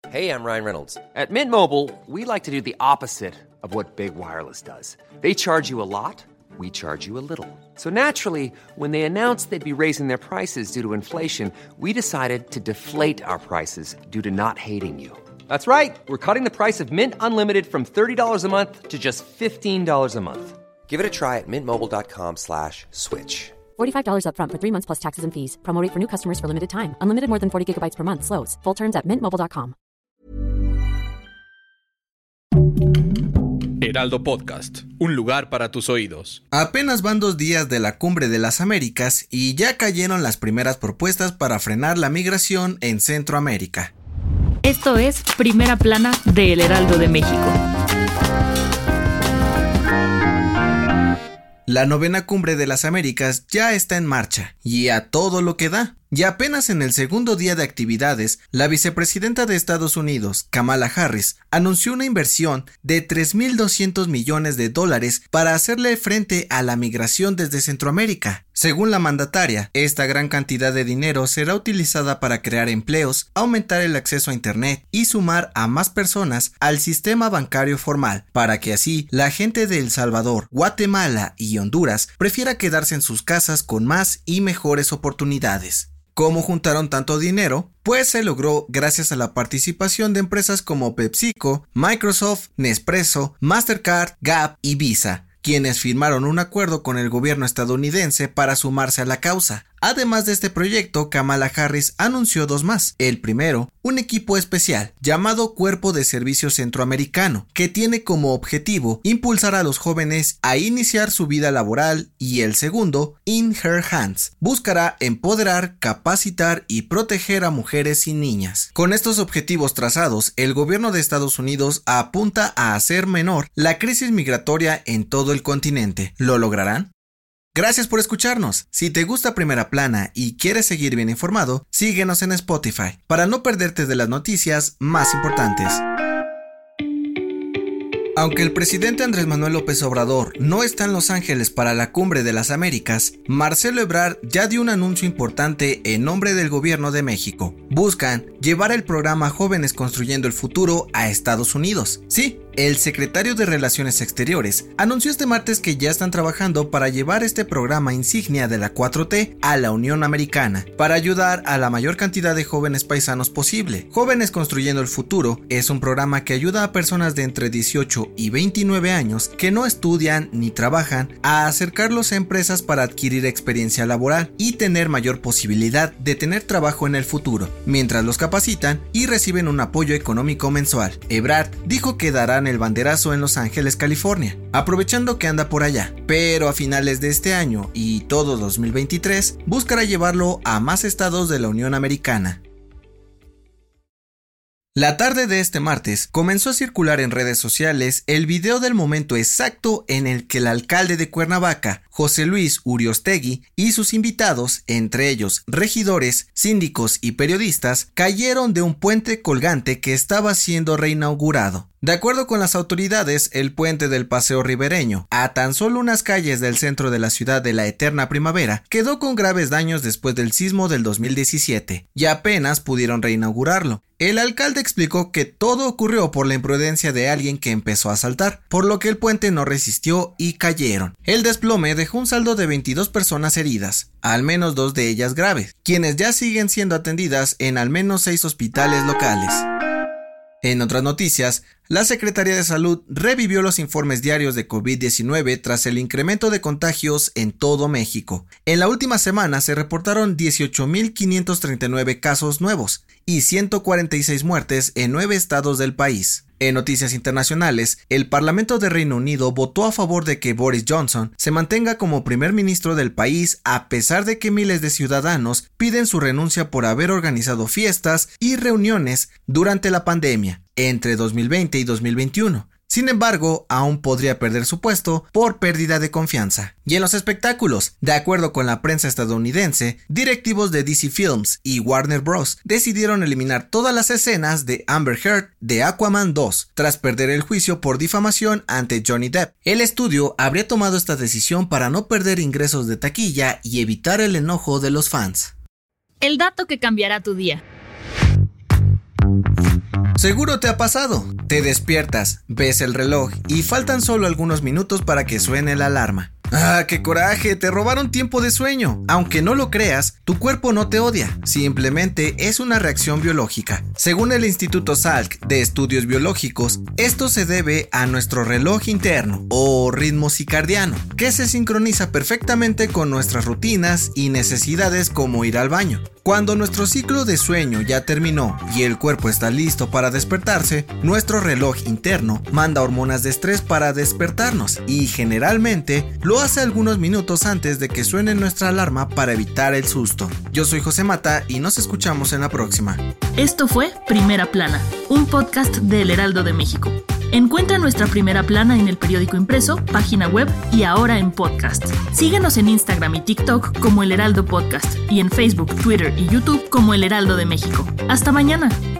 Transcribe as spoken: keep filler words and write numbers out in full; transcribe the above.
Hey, I'm Ryan Reynolds. At Mint Mobile, we like to do the opposite of what Big Wireless does. They charge you a lot, we charge you a little. So naturally, when they announced they'd be raising their prices due to inflation, we decided to deflate our prices due to not hating you. That's right. We're cutting the price of Mint Unlimited from thirty dollars a month to just fifteen dollars a month. Give it a try at mintmobile.com slash switch. forty-five dollars up front for three months plus taxes and fees. Promo rate for new customers for limited time. Unlimited more than forty gigabytes per month. Slows full terms at mint mobile dot com. Heraldo Podcast, un lugar para tus oídos. Apenas van dos días de la Cumbre de las Américas y ya cayeron las primeras propuestas para frenar la migración en Centroamérica. Esto es Primera Plana de El Heraldo de México. La novena Cumbre de las Américas ya está en marcha y a todo lo que da. Y apenas en el segundo día de actividades, la vicepresidenta de Estados Unidos, Kamala Harris, anunció una inversión de tres mil doscientos millones de dólares para hacerle frente a la migración desde Centroamérica. Según la mandataria, esta gran cantidad de dinero será utilizada para crear empleos, aumentar el acceso a Internet y sumar a más personas al sistema bancario formal, para que así la gente de El Salvador, Guatemala y Honduras prefiera quedarse en sus casas con más y mejores oportunidades. ¿Cómo juntaron tanto dinero? Pues se logró gracias a la participación de empresas como PepsiCo, Microsoft, Nespresso, Mastercard, Gap y Visa, quienes firmaron un acuerdo con el gobierno estadounidense para sumarse a la causa. Además de este proyecto, Kamala Harris anunció dos más. El primero, un equipo especial llamado Cuerpo de Servicio Centroamericano, que tiene como objetivo impulsar a los jóvenes a iniciar su vida laboral, y el segundo, In Her Hands, buscará empoderar, capacitar y proteger a mujeres y niñas. Con estos objetivos trazados, el gobierno de Estados Unidos apunta a hacer menor la crisis migratoria en todo el continente. ¿Lo lograrán? Gracias por escucharnos. Si te gusta Primera Plana y quieres seguir bien informado, síguenos en Spotify para no perderte de las noticias más importantes. Aunque el presidente Andrés Manuel López Obrador no está en Los Ángeles para la Cumbre de las Américas, Marcelo Ebrard ya dio un anuncio importante en nombre del gobierno de México. Buscan llevar el programa Jóvenes Construyendo el Futuro a Estados Unidos. Sí, el secretario de Relaciones Exteriores anunció este martes que ya están trabajando para llevar este programa insignia de la cuatro T a la Unión Americana, para ayudar a la mayor cantidad de jóvenes paisanos posible. Jóvenes Construyendo el Futuro es un programa que ayuda a personas de entre dieciocho y veintinueve años que no estudian ni trabajan a acercarlos a empresas para adquirir experiencia laboral y tener mayor posibilidad de tener trabajo en el futuro, mientras los capacitan y reciben un apoyo económico mensual. Ebrard dijo que darán el banderazo en Los Ángeles, California, aprovechando que anda por allá, pero a finales de este año y todo dos mil veintitrés buscará llevarlo a más estados de la Unión Americana. La tarde de este martes comenzó a circular en redes sociales el video del momento exacto en el que el alcalde de Cuernavaca, José Luis Uriostegui, y sus invitados, entre ellos regidores, síndicos y periodistas, cayeron de un puente colgante que estaba siendo reinaugurado. De acuerdo con las autoridades, el puente del Paseo Ribereño, a tan solo unas calles del centro de la ciudad de la eterna primavera, quedó con graves daños después del sismo del dos mil diecisiete, y apenas pudieron reinaugurarlo. El alcalde explicó que todo ocurrió por la imprudencia de alguien que empezó a saltar, por lo que el puente no resistió y cayeron. El desplome dejó un saldo de veintidós personas heridas, al menos dos de ellas graves, quienes ya siguen siendo atendidas en al menos seis hospitales locales. En otras noticias, la Secretaría de Salud revivió los informes diarios de COVID diecinueve tras el incremento de contagios en todo México. En la última semana se reportaron dieciocho mil quinientos treinta y nueve casos nuevos y ciento cuarenta y seis muertes en nueve estados del país. En noticias internacionales, el Parlamento de Reino Unido votó a favor de que Boris Johnson se mantenga como primer ministro del país, a pesar de que miles de ciudadanos piden su renuncia por haber organizado fiestas y reuniones durante la pandemia entre dos mil veinte y dos mil veintiuno. Sin embargo, aún podría perder su puesto por pérdida de confianza. Y en los espectáculos, de acuerdo con la prensa estadounidense, directivos de D C Films y Warner Bros. Decidieron eliminar todas las escenas de Amber Heard de Aquaman dos, tras perder el juicio por difamación ante Johnny Depp. El estudio habría tomado esta decisión para no perder ingresos de taquilla y evitar el enojo de los fans. El dato que cambiará tu día. Seguro te ha pasado. Te despiertas, ves el reloj y faltan solo algunos minutos para que suene la alarma. ¡Ah, qué coraje! Te robaron tiempo de sueño. Aunque no lo creas, tu cuerpo no te odia. Simplemente es una reacción biológica. Según el Instituto Salk de Estudios Biológicos, esto se debe a nuestro reloj interno o ritmo circadiano, que se sincroniza perfectamente con nuestras rutinas y necesidades como ir al baño. Cuando nuestro ciclo de sueño ya terminó y el cuerpo está listo para despertarse, nuestro reloj interno manda hormonas de estrés para despertarnos y generalmente lo hace algunos minutos antes de que suene nuestra alarma para evitar el susto. Yo soy José Mata y nos escuchamos en la próxima. Esto fue Primera Plana, un podcast de El Heraldo de México. Encuentra nuestra Primera Plana en el periódico impreso, página web y ahora en podcast. Síguenos en Instagram y TikTok como El Heraldo Podcast y en Facebook, Twitter y YouTube como El Heraldo de México. ¡Hasta mañana!